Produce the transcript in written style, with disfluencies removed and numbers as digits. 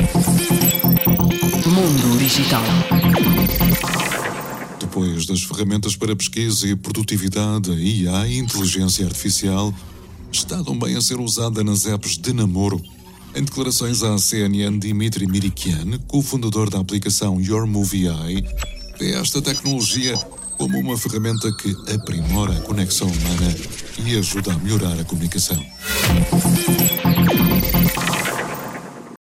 Mundo Digital. Depois das ferramentas para pesquisa e produtividade, a IA, a inteligência artificial, está também a ser usada nas apps de namoro. Em declarações à CNN, Dmitry Mirikian, cofundador da aplicação Your Movie Eye, vê esta tecnologia como uma ferramenta que aprimora a conexão humana e ajuda a melhorar a comunicação.